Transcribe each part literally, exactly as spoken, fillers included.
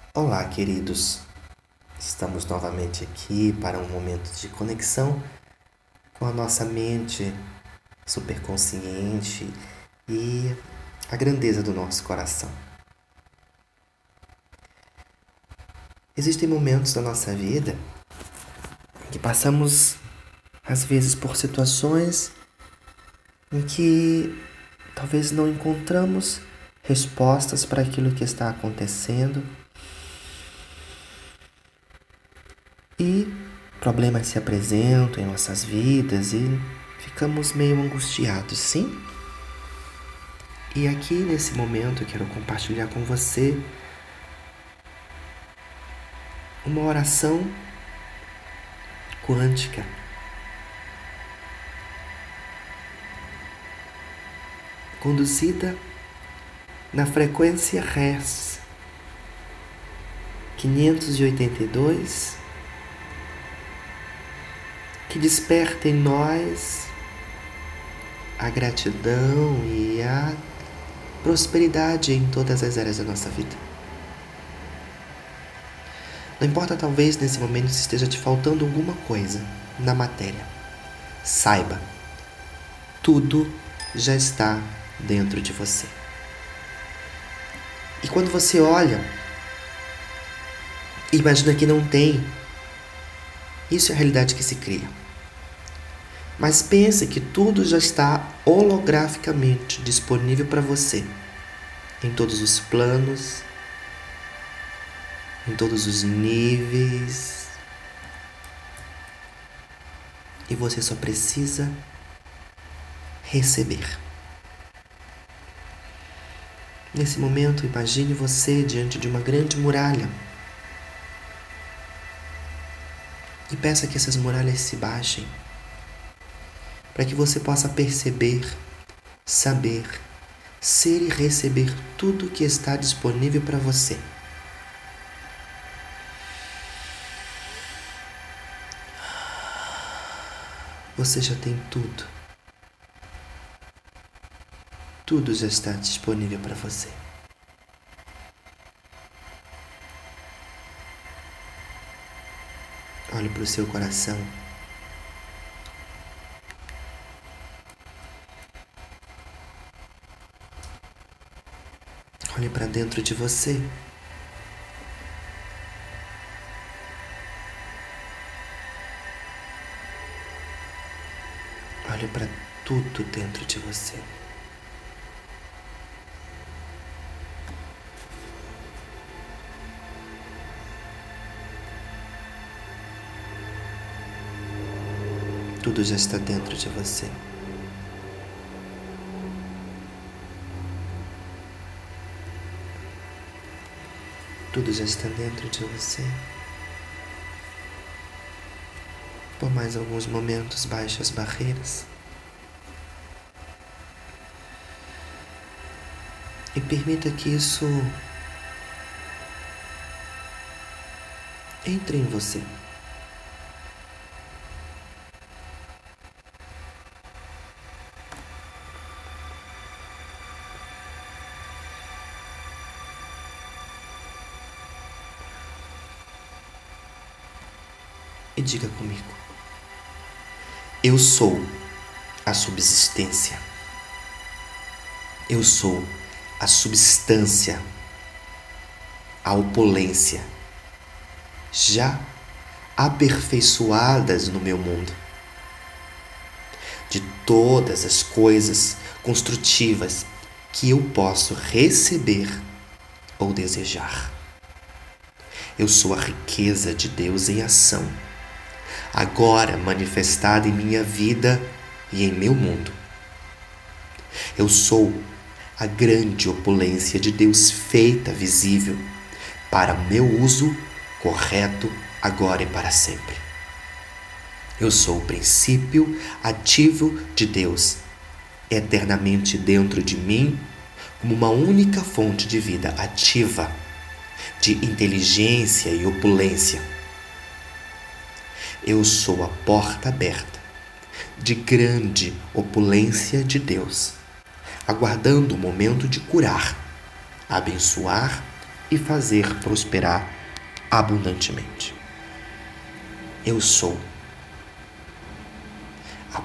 Olá, queridos. Estamos novamente aqui para um momento de conexão com a nossa mente superconsciente e a grandeza do nosso coração. Existem momentos da nossa vida em que passamos, às vezes, por situações em que talvez não encontramos respostas para aquilo que está acontecendo e problemas se apresentam em nossas vidas e ficamos meio angustiados, sim? E aqui nesse momento eu quero compartilhar com você uma oração quântica. Conduzida na frequência Hertz quinhentos e oitenta e dois, que desperta em nós a gratidão e a prosperidade em todas as áreas da nossa vida. Não importa talvez nesse momento se esteja te faltando alguma coisa na matéria. Saiba, tudo já está dentro de você. E quando você olha, imagina que não tem, isso é a realidade que se cria. Mas pense que tudo já está holograficamente disponível para você, em todos os planos, em todos os níveis. E você só precisa receber. Nesse momento, imagine você diante de uma grande muralha. E peça que essas muralhas se baixem, para que você possa perceber, saber, ser e receber tudo que está disponível para você. Você já tem tudo. Tudo já está disponível para você. Olhe para o seu coração. Olhe para dentro de você. Olhe para tudo dentro de você. Tudo já está dentro de você. Tudo já está dentro de você. Por mais alguns momentos, baixe as barreiras. E permita que isso entre em você. E diga comigo: eu sou a subsistência. Eu sou a substância, a opulência, já aperfeiçoadas no meu mundo. De todas as coisas construtivas que eu posso receber ou desejar. Eu sou a riqueza de Deus em ação, agora manifestada em minha vida e em meu mundo. Eu sou a grande opulência de Deus feita visível para meu uso correto agora e para sempre. Eu sou o princípio ativo de Deus, eternamente dentro de mim, como uma única fonte de vida ativa, de inteligência e opulência. Eu sou a porta aberta de grande opulência de Deus, aguardando o momento de curar, abençoar e fazer prosperar abundantemente. Eu sou a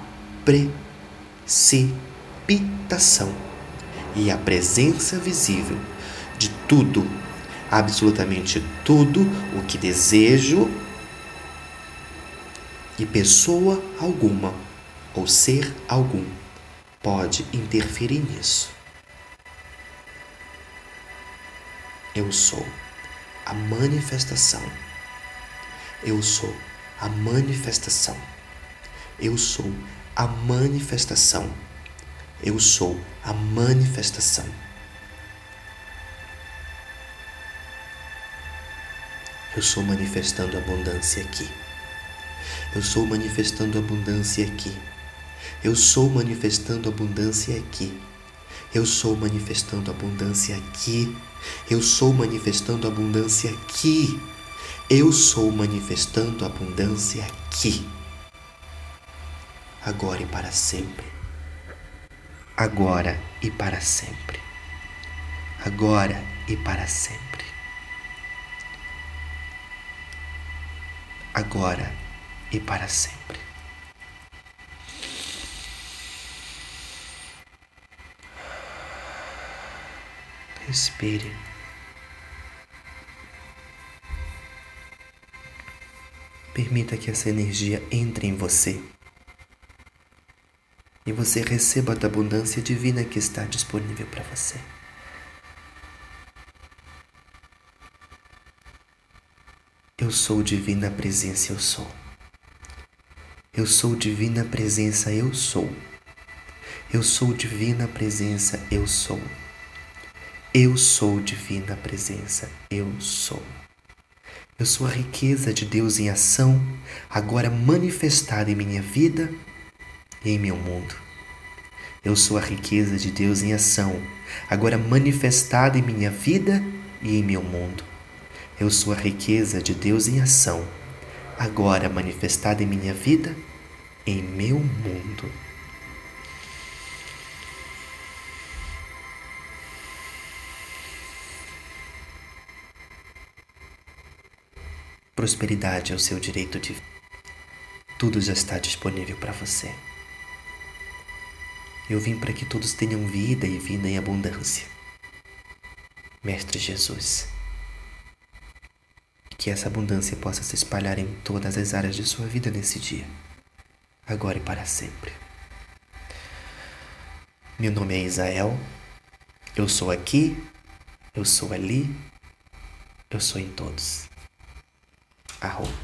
precipitação e a presença visível de tudo, absolutamente tudo o que desejo, e pessoa alguma ou ser algum pode interferir nisso. Eu sou a manifestação. Eu sou a manifestação. Eu sou a manifestação. Eu sou a manifestação. Eu sou manifestando abundância aqui. Eu sou manifestando abundância aqui. Eu sou manifestando abundância aqui. Eu sou manifestando abundância aqui. Eu sou manifestando abundância aqui. Eu sou manifestando abundância aqui. Agora e para sempre. Agora e para sempre. Agora e para sempre. Agora e para sempre. Respire. Permita que essa energia entre em você e você receba da abundância divina que está disponível para você. Eu sou divina presença, eu sou. Eu sou divina presença, eu sou. Eu sou divina presença, eu sou. Eu sou divina presença, eu sou. Eu sou a riqueza de Deus em ação, agora manifestada em minha vida e em meu mundo. Eu sou a riqueza de Deus em ação, agora manifestada em minha vida e em meu mundo. Eu sou a riqueza de Deus em ação, agora manifestada em minha vida e em meu mundo. Prosperidade é o seu direito de vida. Tudo já está disponível para você. Eu vim para que todos tenham vida e vida em abundância. Mestre Jesus, que essa abundância possa se espalhar em todas as áreas de sua vida nesse dia, agora e para sempre. Meu nome é Isael, eu sou aqui, eu sou ali, eu sou em todos. Arroba.